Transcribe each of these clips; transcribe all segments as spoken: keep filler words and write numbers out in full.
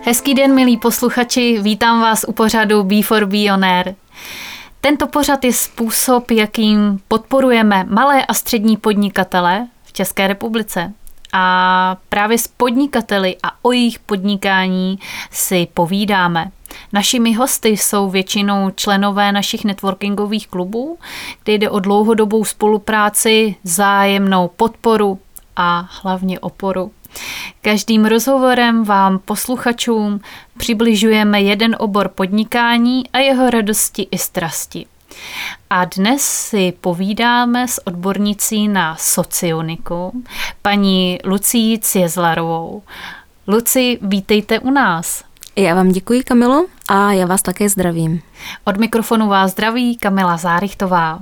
Hezký den, milí posluchači, vítám vás u pořadu B for B on Air. Tento pořad je způsob, jakým podporujeme malé a střední podnikatele v České republice. A právě s podnikateli a o jejich podnikání si povídáme. Našimi hosty jsou většinou členové našich networkingových klubů, kde jde o dlouhodobou spolupráci, vzájemnou podporu a hlavně oporu. Každým rozhovorem vám, posluchačům, přibližujeme jeden obor podnikání a jeho radosti i strasti. A dnes si povídáme s odbornicí na socioniku, paní Lucií Ciezlarovou. Luci, vítejte u nás. Já vám děkuji, Kamilo, a já vás také zdravím. Od mikrofonu vás zdraví Kamila Zárychtová.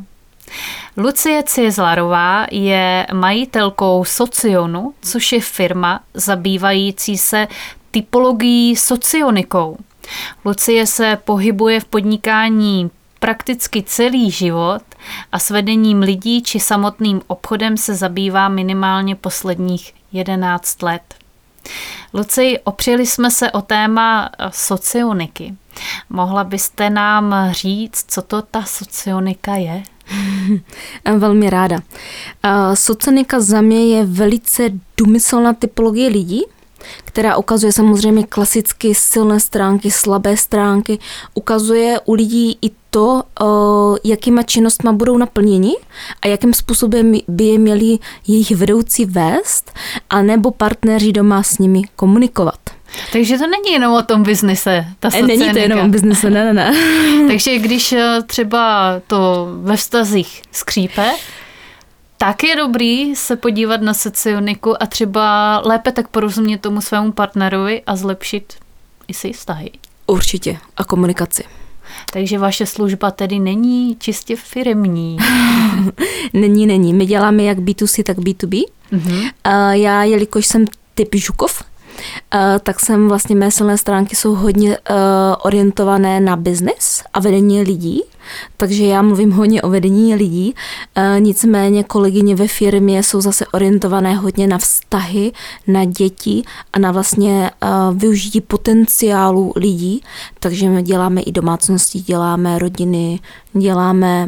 Lucie Ciezlarová je majitelkou Socionu, což je firma zabývající se typologií socionikou. Lucie se pohybuje v podnikání prakticky celý život a s vedením lidí či samotným obchodem se zabývá minimálně posledních jedenáct let. Luci, opřeli jsme se o téma socioniky. Mohla byste nám říct, co to ta socionika je? Velmi ráda. Socionika za mě je velice důmyslná typologie lidí, která ukazuje samozřejmě klasicky silné stránky, slabé stránky, ukazuje u lidí i to, jakýma činnostma budou naplněni a jakým způsobem by je měli jejich vedoucí vést, anebo partneři doma s nimi komunikovat. Takže to není jenom o tom biznise, ta socionika. Není to jenom o biznise, ne, ne, ne. Takže když třeba to ve vztazích skřípe, tak je dobrý se podívat na socioniku a třeba lépe tak porozumět tomu svému partnerovi a zlepšit i si vztahy. Určitě. A komunikaci. Takže vaše služba tedy není čistě firemní. Není, není. My děláme jak bé dvě cé, tak bé dvě bé. Mm-hmm. Já, jelikož jsem typ Žukov, tak jsem vlastně mé silné stránky jsou hodně orientované na biznis a vedení lidí. Takže já mluvím hodně o vedení lidí, nicméně kolegyně ve firmě jsou zase orientované hodně na vztahy, na děti a na vlastně využití potenciálu lidí, takže my děláme i domácnosti, děláme rodiny, děláme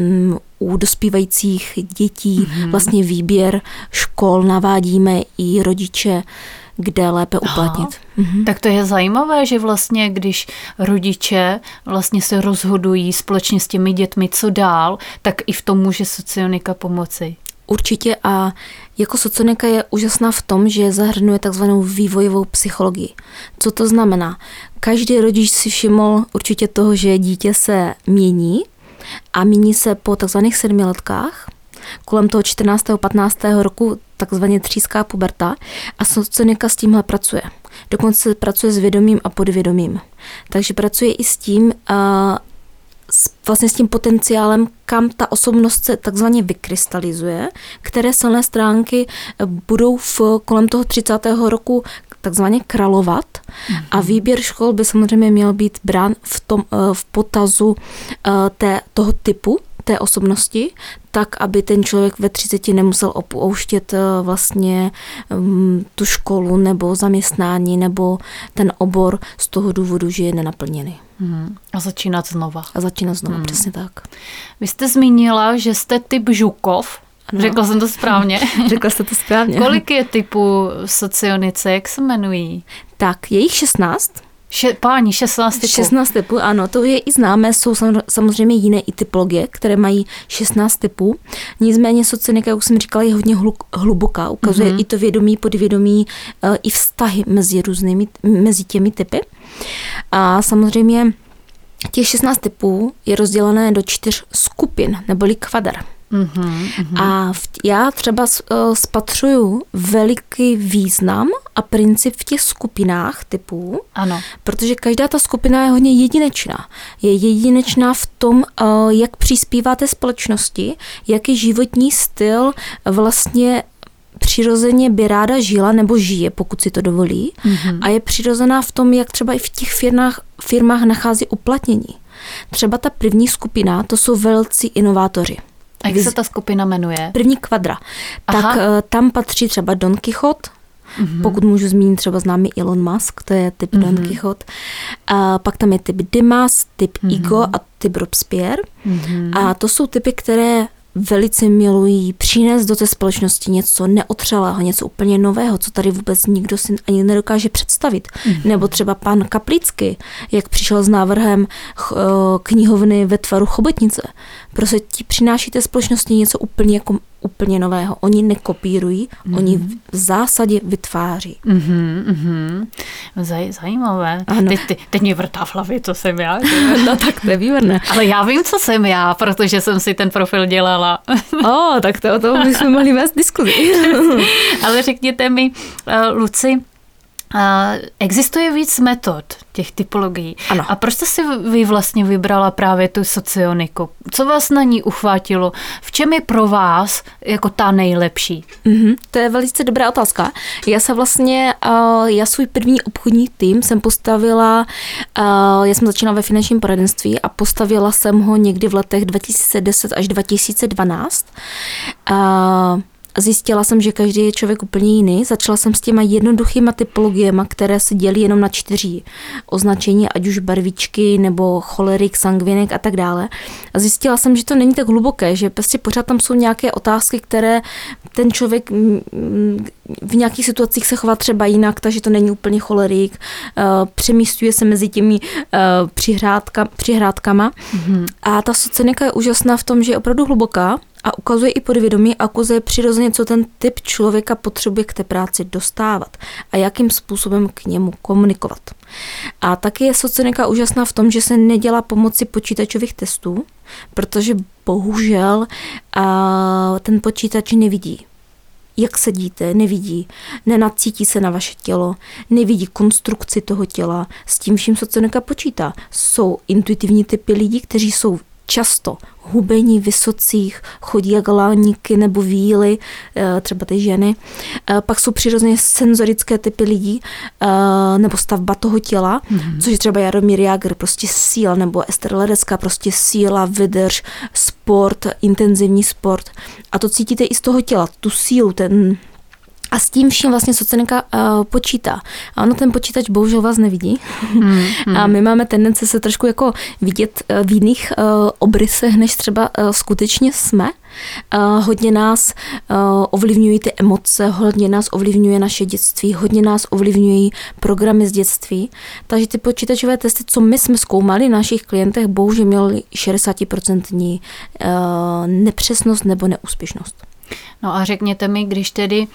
u dospívajících dětí mm-hmm. vlastně výběr škol, navádíme i rodiče, kde lépe uplatnit. Mhm. Tak to je zajímavé, že vlastně, když rodiče vlastně se rozhodují společně s těmi dětmi, co dál, tak i v tom může socionika pomoci. Určitě a jako socionika je úžasná v tom, že zahrnuje takzvanou vývojovou psychologii. Co to znamená? Každý rodič si všiml určitě toho, že dítě se mění a mění se po takzvaných sedmiletkách. Kolem toho čtrnáctého patnáctého roku takzvaně tříská puberta a socionika s tímhle pracuje. Dokonce pracuje s vědomím a podvědomím. Takže pracuje i s tím, a s, vlastně s tím potenciálem, kam ta osobnost se takzvaně vykrystalizuje, které silné stránky budou v, kolem toho třicátého roku takzvaně královat mm-hmm. a výběr škol by samozřejmě měl být brán v, tom, v potazu té, toho typu, té osobnosti, tak, aby ten člověk ve třiceti nemusel opouštět vlastně um, tu školu nebo zaměstnání nebo ten obor z toho důvodu, že je nenaplněný. Hmm. A začínat znova. A začínat znova, hmm. přesně tak. Vy jste zmínila, že jste typ Žukov. Ano. Řekla jsem to správně. Řekla jste to správně. Kolik je typů socionice, jak se jmenují? Tak, je jich šestnáct. Še, páni, šestnáct typů. šestnáct typů, ano, to je i známé, jsou samozřejmě jiné i typologie, které mají šestnáct typů. Nicméně socionika, jak už jsem říkala, je hodně hluboká, ukazuje mm-hmm. i to vědomí, podvědomí, i vztahy mezi různými, mezi těmi typy. A samozřejmě těch šestnáct typů je rozdělené do čtyř skupin, neboli kvadr. Uhum, uhum. A v, já třeba spatřuju veliký význam a princip v těch skupinách typů, ano. Protože každá ta skupina je hodně jedinečná. Je jedinečná v tom, jak přispívá té společnosti, jaký životní styl vlastně přirozeně by ráda žila nebo žije, pokud si to dovolí. Mm-hmm. A je přirozená v tom, jak třeba i v těch firmách, firmách nachází uplatnění. Třeba ta první skupina, to jsou velcí inovátoři. A jak se ta skupina jmenuje? První kvadra. Aha. Tak tam patří třeba Don Quixote, Mm-hmm. Pokud můžu zmínit třeba známý Elon Musk, to je typ mm-hmm. Don Quixote. A pak tam je typ Dimas, typ mm-hmm. Ego a typ Robespierre. Mm-hmm. A to jsou typy, které velice milují přinést do té společnosti něco neotřelého, něco úplně nového, co tady vůbec nikdo si ani nedokáže představit. Mm-hmm. Nebo třeba pan Kaplický, jak přišel s návrhem knihovny ve tvaru chobotnice. Prostě ti přináší té společnosti něco úplně jako úplně nového. Oni nekopírují, mm-hmm. oni v zásadě vytváří. Mm-hmm, mm-hmm. Zaj, zajímavé. Teď, teď, teď mě vrtá v hlavě, co jsem já. No tak to je výborné. Ale já vím, co jsem já, protože jsem si ten profil dělala. O, tak to o tom bychom mohli vést diskuzi. Ale řekněte mi, Luci, existuje víc metod těch typologií. Ano. A proč jste si vy vlastně vybrala právě tu socioniku? Co vás na ní uchvátilo? V čem je pro vás jako ta nejlepší? Mm-hmm, to je velice dobrá otázka. Já se vlastně, uh, já svůj první obchodní tým jsem postavila, uh, já jsem začínala ve finančním poradenství a postavila jsem ho někdy v letech dva tisíce deset až dva tisíce dvanáct. Uh, Zjistila jsem, že každý je člověk úplně jiný. Začala jsem s těma jednoduchýma typologiemi, které se dělí jenom na čtyři označení, ať už barvičky nebo cholerik, sangvinik a tak dále. A zjistila jsem, že to není tak hluboké, že prostě pořád tam jsou nějaké otázky, které ten člověk v nějakých situacích se chová třeba jinak, takže to není úplně cholerik. Přemístuje se mezi těmi přihrádka, přihrádkama. Mm-hmm. A ta socionika je úžasná v tom, že je opravdu hluboká a ukazuje i podvědomí a ukazuje přirozeně, co ten typ člověka potřebuje k té práci dostávat a jakým způsobem k němu komunikovat. A taky je socionika úžasná v tom, že se nedělá pomocí počítačových testů, protože bohužel a, ten počítač nevidí, jak sedíte, nevidí, nenacítí se na vaše tělo, nevidí konstrukci toho těla, s tím vším socionika počítá. Jsou intuitivní typy lidí, kteří jsou často hubení, vysocích, chodí jak láníky nebo víly, třeba ty ženy. Pak jsou přirozeně senzorické typy lidí, nebo stavba toho těla, mm-hmm. což je třeba Jaromír Jágr, prostě síla, nebo Ester Ledecká, prostě síla, vydrž, sport, intenzivní sport. A to cítíte i z toho těla, tu sílu, ten... A s tím vším vlastně socionika uh, počítá. A ono ten počítač bohužel vás nevidí. Hmm, hmm. A my máme tendence se trošku jako vidět uh, v jiných uh, obrysech, než třeba uh, skutečně jsme. Uh, hodně nás uh, ovlivňují ty emoce, hodně nás ovlivňuje naše dětství, hodně nás ovlivňují programy z dětství. Takže ty počítačové testy, co my jsme zkoumali na našich klientech, bohužel měly šedesát procent uh, nepřesnost nebo neúspěšnost. No a řekněte mi, když tedy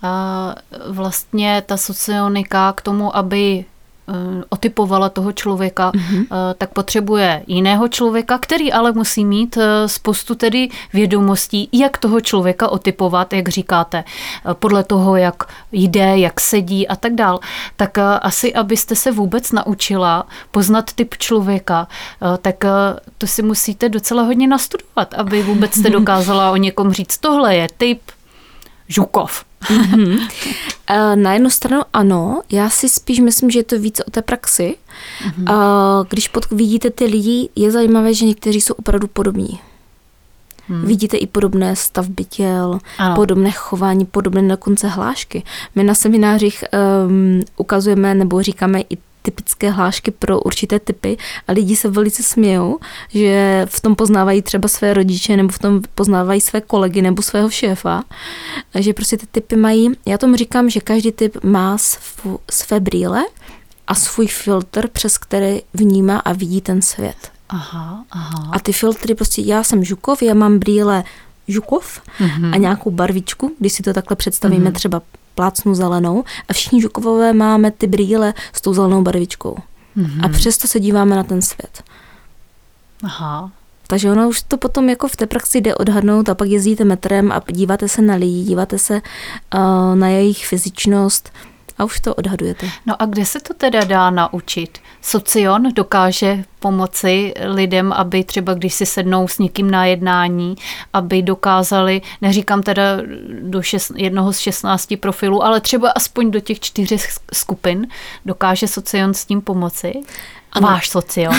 vlastně ta socionika k tomu, aby otypovala toho člověka, mm-hmm. tak potřebuje jiného člověka, který ale musí mít spoustu tedy vědomostí, jak toho člověka otypovat, jak říkáte, podle toho, jak jde, jak sedí a tak dál. Tak asi, abyste se vůbec naučila poznat typ člověka, tak to si musíte docela hodně nastudovat, aby vůbec jste dokázala o někom říct, tohle je typ Žukov. Mm-hmm. Na jednu stranu ano, já si spíš myslím, že je to víc o té praxi. Mm-hmm. Když pod, vidíte ty lidi, je zajímavé, že někteří jsou opravdu podobní. Hmm. Vidíte i podobné stavby těl, ano. podobné chování, podobné dokonce hlášky. My na seminářích um, ukazujeme nebo říkáme i typické hlášky pro určité typy a lidi se velice smějou, že v tom poznávají třeba své rodiče nebo v tom poznávají své kolegy nebo svého šéfa. Že prostě ty typy mají, já tomu říkám, že každý typ má svů, své brýle a svůj filtr, přes který vnímá a vidí ten svět. Aha, aha. A ty filtry prostě, já jsem Žukov, já mám brýle Žukov mm-hmm. a nějakou barvičku, když si to takhle představíme mm-hmm. třeba plácnu zelenou a všichni Žukovové máme ty brýle s tou zelenou barvičkou. Mm-hmm. A přesto se díváme na ten svět. Aha. Takže ono už to potom jako v té praxi jde odhadnout a pak jezdíte metrem a díváte se na lidi, díváte se uh, na jejich fyzičnost a už to odhadujete. No a kde se to teda dá naučit? Socion dokáže pomoci lidem, aby třeba když si sednou s někým na jednání, aby dokázali, neříkám teda do šest, jednoho z šestnácti profilů, ale třeba aspoň do těch čtyřech skupin, dokáže Socion s tím pomoci? Ano. Máš Socion?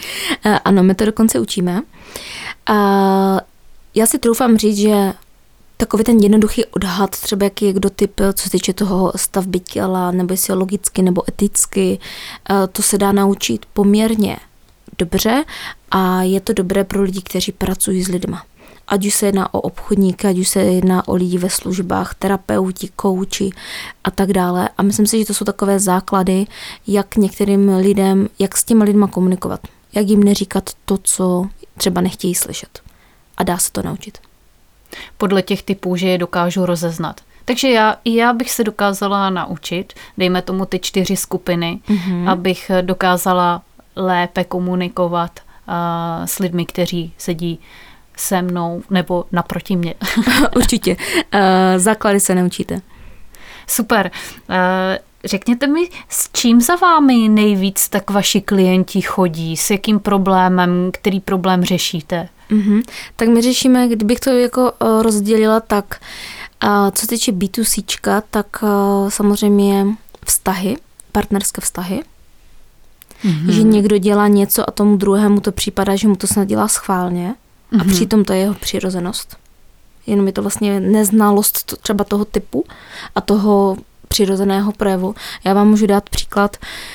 Ano, my to dokonce učíme. Já si troufám říct, že Takový ten jednoduchý odhad, třeba jaký je kdo typ, co se týče toho stavby těla, nebo jestli je logicky nebo eticky, to se dá naučit poměrně dobře a je to dobré pro lidi, kteří pracují s lidma. Ať už se jedná o obchodníky, ať už se jedná o lidi ve službách, terapeuti, kouči a tak dále. A myslím si, že to jsou takové základy, jak některým lidem, jak s těma lidma komunikovat. Jak jim neříkat to, co třeba nechtějí slyšet. A dá se to naučit. Podle těch typů, že je dokážu rozeznat. Takže já, i já bych se dokázala naučit, dejme tomu ty čtyři skupiny, mm-hmm. abych dokázala lépe komunikovat uh, s lidmi, kteří sedí se mnou nebo naproti mě. Určitě. Uh, základy se naučíte. Super. Uh, řekněte mi, s čím za vámi nejvíc tak vaši klienti chodí? S jakým problémem, který problém řešíte? Mm-hmm. Tak my řešíme, kdybych to jako uh, rozdělila, tak uh, co se týče bé dvě céčka, tak uh, samozřejmě vztahy, partnerské vztahy. Mm-hmm. Že někdo dělá něco a tomu druhému to připadá, že mu to snad dělá schválně a mm-hmm. přitom to je jeho přirozenost. Jenom je to vlastně neznalost to, třeba toho typu a toho přirozeného projevu. Já vám můžu dát příklad.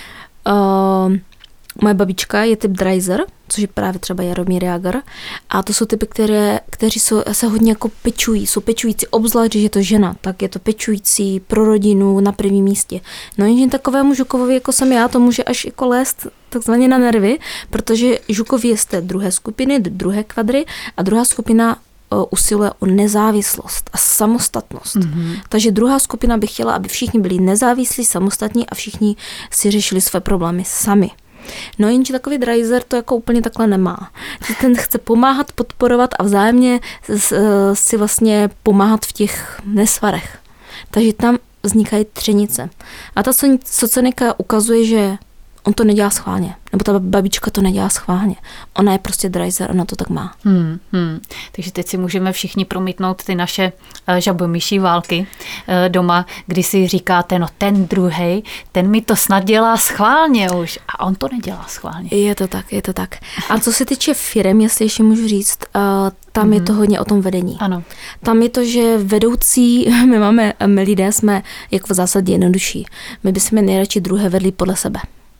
Uh, moje babička je typ Dreiser, což je právě třeba Jaromír Jágr. A to jsou typy, které, kteří jsou, se hodně jako pečují. Jsou pečující, obzvlášť, když je to žena, tak je to pečující pro rodinu na prvním místě. No jenže takovému žukovovi, jako jsem já, to může až jako lézt takzvaně na nervy, protože žukovi je z té druhé skupiny, druhé kvadry a druhá skupina usiluje o nezávislost a samostatnost. Mm-hmm. Takže druhá skupina by chtěla, aby všichni byli nezávislí, samostatní a všichni si řešili své problémy sami. No jenže takový Dreiser to jako úplně takhle nemá. Ten chce pomáhat, podporovat a vzájemně si vlastně pomáhat v těch nesvarech. Takže tam vznikají třenice. A ta socionika ukazuje, že on to nedělá schválně. Nebo ta babička to nedělá schválně. Ona je prostě Dreiser, ona to tak má. Hmm, hmm. Takže teď si můžeme všichni promítnout ty naše uh, žabomyší války uh, doma, kdy si říkáte, no ten druhej, ten mi to snad dělá schválně už. A on to nedělá schválně. Je to tak, je to tak. A co se týče firem, jestli ještě můžu říct, uh, tam mm-hmm. je to hodně o tom vedení. Ano. Tam je to, že vedoucí, my máme, my lidé jsme jako v zásadě jednodušší. My bychom nejradši druhé vedli podle sebe.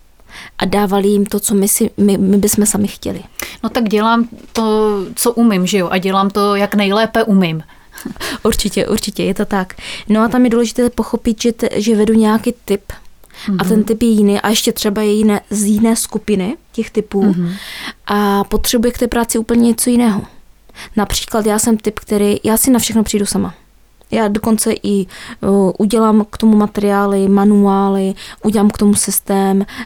A dávali jim to, co my, si, my, my bychom sami chtěli. No tak dělám to, co umím, že jo? A dělám to, jak nejlépe umím. Určitě, určitě, je to tak. No a tam je důležité pochopit, že, te, že vedu nějaký typ mm-hmm. a ten typ je jiný a ještě třeba je jiné, z jiné skupiny těch typů mm-hmm. a potřebuje k té práci úplně něco jiného. Například já jsem typ, který, já si na všechno přijdu sama. Já dokonce i uh, udělám k tomu materiály, manuály, udělám k tomu systém, uh,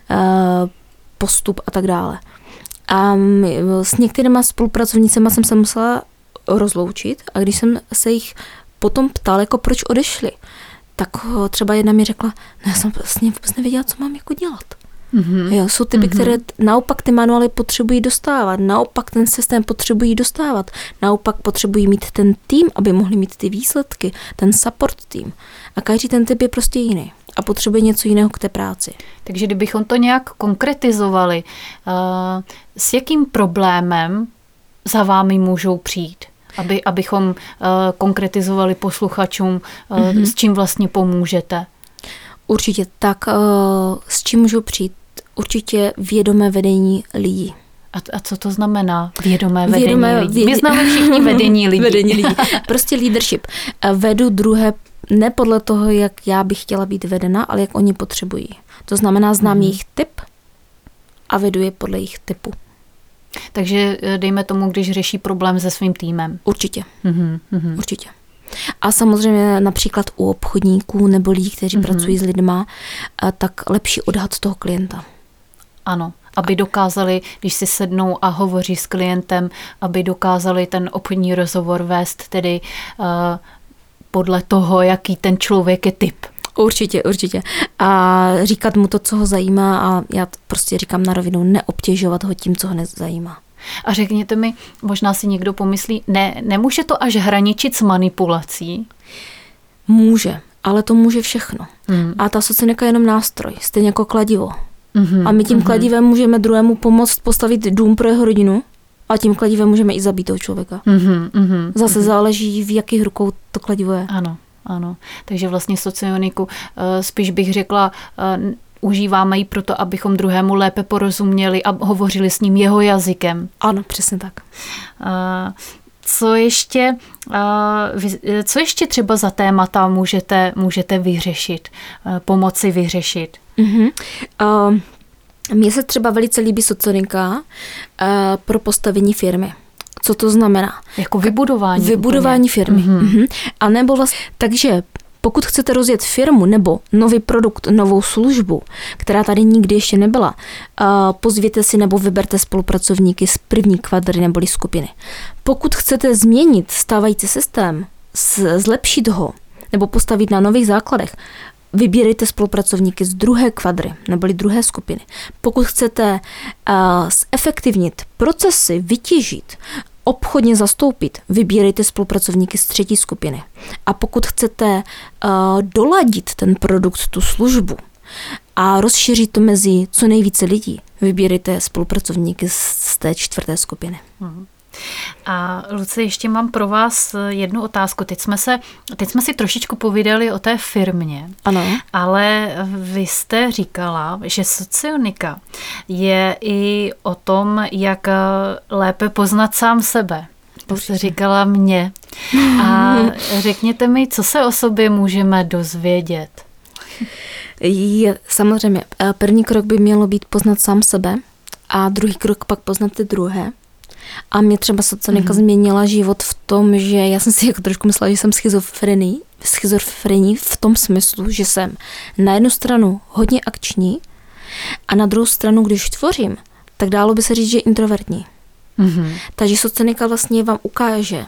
postup a tak dále. A um, s některýma spolupracovnicema jsem se musela rozloučit a když jsem se jich potom ptal, jako proč odešli, tak uh, třeba jedna mi řekla, no já jsem vlastně vůbec nevěděla, co mám jako dělat. Mm-hmm. Jo, jsou typy, mm-hmm. které naopak ty manuály potřebují dostávat, naopak ten systém potřebují dostávat, naopak potřebují mít ten tým, aby mohli mít ty výsledky, ten support tým. A každý ten typ je prostě jiný a potřebuje něco jiného k té práci. Takže kdybychom to nějak konkretizovali, uh, s jakým problémem za vámi můžou přijít? Aby, abychom uh, konkretizovali posluchačům, uh, mm-hmm. s čím vlastně pomůžete? Určitě tak, uh, s čím můžou přijít? Určitě vědomé vedení lidí. A, a co to znamená vědomé vedení vědomé, lidí? My známe všichni vedení lidí. vedení lidí. Prostě leadership. Vedu druhé ne podle toho, jak já bych chtěla být vedena, ale jak oni potřebují. To znamená, znám hmm. jejich typ a vedu je podle jejich typu. Takže dejme tomu, když řeší problém se svým týmem. Určitě. Hmm. Hmm. Určitě. A samozřejmě například u obchodníků nebo lidí, kteří mm-hmm. pracují s lidma, tak lepší odhad toho klienta. Ano, aby dokázali, když si sednou a hovoří s klientem, aby dokázali ten obchodní rozhovor vést tedy uh, podle toho, jaký ten člověk je typ. Určitě, určitě. A říkat mu to, co ho zajímá a já prostě říkám na rovinu, neobtěžovat ho tím, co ho nezajímá. A řekněte mi, možná si někdo pomyslí, ne, nemůže to až hraničit s manipulací? Může, ale to může všechno. Mm. A ta socionika je jenom nástroj, stejně jako kladivo. Mm-hmm, a my tím mm-hmm. kladivem můžeme druhému pomoct postavit dům pro jeho rodinu A tím kladivem můžeme i zabít toho člověka. Mm-hmm, mm-hmm, Zase mm-hmm. záleží, v jakých rukou to kladivo je. Ano, ano. Takže vlastně socioniku spíš bych řekla, užíváme ji proto, abychom druhému lépe porozuměli a hovořili s ním jeho jazykem. Ano, přesně tak. Co ještě, co ještě třeba za témata můžete, můžete vyřešit, pomoci vyřešit? Uh-huh. Uh, mně se třeba velice líbí socionika uh, pro postavení firmy. Co to znamená? Jako vybudování. Vybudování úplně. Firmy. Uh-huh. Uh-huh. A nebo vlastně, takže pokud chcete rozjet firmu nebo nový produkt, novou službu, která tady nikdy ještě nebyla, pozvěte si nebo vyberte spolupracovníky z první kvadry neboli skupiny. Pokud chcete změnit stávající systém, zlepšit ho nebo postavit na nových základech, vybírejte spolupracovníky z druhé kvadry neboli druhé skupiny. Pokud chcete zefektivnit procesy, vytěžit, obchodně zastoupit, vybírejte spolupracovníky z třetí skupiny. A pokud chcete uh, doladit ten produkt, tu službu a rozšířit to mezi co nejvíce lidí, vybírejte spolupracovníky z, z té čtvrté skupiny. Hmm. A Lucie, ještě mám pro vás jednu otázku. Teď jsme, se, teď jsme si trošičku povídali o té firmě, ano. Ale vy jste říkala, že socionika je i o tom, jak lépe poznat sám sebe. To jste říkala mě. A řekněte mi, co se o sobě můžeme dozvědět? Je, samozřejmě, první krok by mělo být poznat sám sebe a druhý krok pak poznat ty druhé. A mě třeba socionika mm-hmm. změnila život v tom, že já jsem si jako trošku myslela, že jsem schizofrení, schizofrení v tom smyslu, že jsem na jednu stranu hodně akční a na druhou stranu, když tvořím, tak dálo by se říct, že je introvertní. Mm-hmm. Takže socionika vlastně vám ukáže,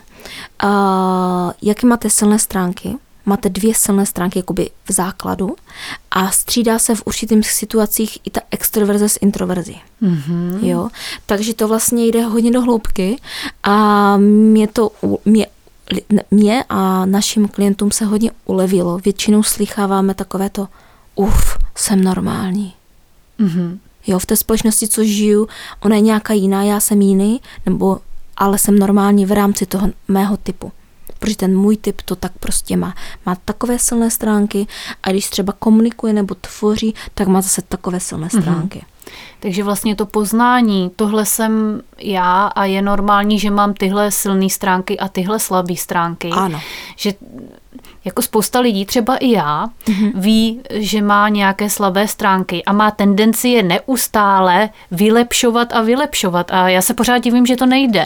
uh, jaké máte silné stránky, máte dvě silné stránky jakoby v základu a střídá se v určitých situacích i ta extroverze s introverzí. Mm-hmm. Jo? Takže to vlastně jde hodně do hloubky a mě to mě, mě a našim klientům se hodně ulevilo. Většinou slycháváme takovéto uf, jsem normální. Mm-hmm. Jo, v té společnosti, co žiju, ona je nějaká jiná, já jsem jiný, nebo ale jsem normální v rámci toho mého typu. Protože ten můj typ to tak prostě má. Má takové silné stránky a když třeba komunikuje nebo tvoří, tak má zase takové silné stránky. Mm-hmm. Takže vlastně to poznání, tohle jsem já a je normální, že mám tyhle silné stránky a tyhle slabé stránky. Ano. Že jako spousta lidí, třeba i já, mm-hmm. ví, že má nějaké slabé stránky a má tendenci je neustále vylepšovat a vylepšovat. A já se pořád divím, že to nejde.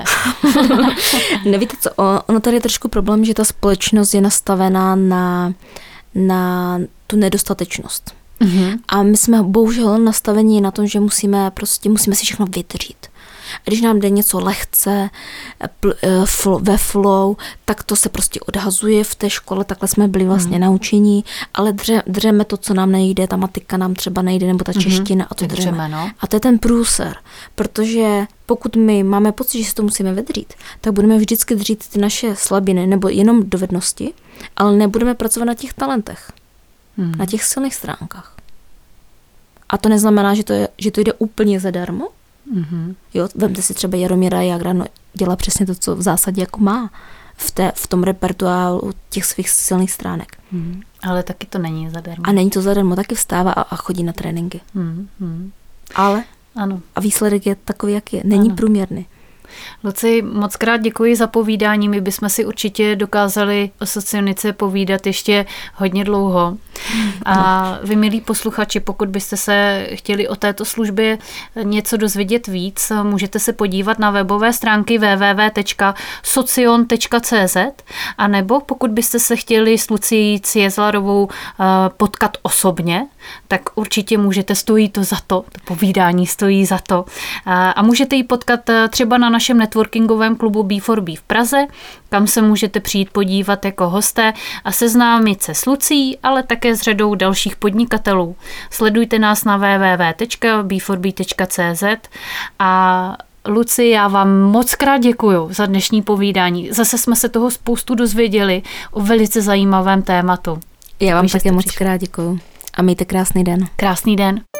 Nevíte co, ono tady je trošku problém, že ta společnost je nastavená na, na tu nedostatečnost. Mm-hmm. A my jsme bohužel nastavení na tom, že musíme prostě musíme si všechno vydřít. A když nám jde něco lehce, ve flow, tak to se prostě odhazuje v té škole, takhle jsme byli vlastně mm. naučení, ale dře, dřeme to, co nám nejde, ta matika nám třeba nejde, nebo ta čeština mm-hmm. a to dřeme. dřeme no. A to je ten průser, protože pokud my máme pocit, že si to musíme vydřít, tak budeme vždycky dřít ty naše slabiny nebo jenom dovednosti, ale nebudeme pracovat na těch talentech, mm. na těch silných stránkách. A to neznamená, že to, je, že to jde úplně zadarmo. Mm-hmm. Jo, vemte si třeba Jaromíra Jágra, no, dělá přesně to, co v zásadě jako má v, té, v tom repertoáru těch svých silných stránek. Mm-hmm. Ale taky to není zadarmo. A není to zadarmo, taky vstává a, a chodí na tréninky. Mm-hmm. Ale ano. A výsledek je takový, jak je. Není ano. průměrný. Luci, moc krát děkuji za povídání. My bychom si určitě dokázali o socionice povídat ještě hodně dlouho. A vy, milí posluchači, pokud byste se chtěli o této službě něco dozvědět víc, můžete se podívat na webové stránky w w w tečka socion tečka c z a nebo pokud byste se chtěli s Lucií Ciezlarovou potkat osobně, tak určitě můžete, stojí to za to, to povídání stojí za to. A můžete ji potkat třeba na našem networkingovém klubu B four B v Praze, kam se můžete přijít podívat jako hosté a seznámit se s Lucií, ale také s řadou dalších podnikatelů. Sledujte nás na w w w tečka b four b tečka c z a Luci, já vám moc krát děkuju za dnešní povídání. Zase jsme se toho spoustu dozvěděli o velice zajímavém tématu. Já vám také moc krát děkuju a mějte krásný den. Krásný den.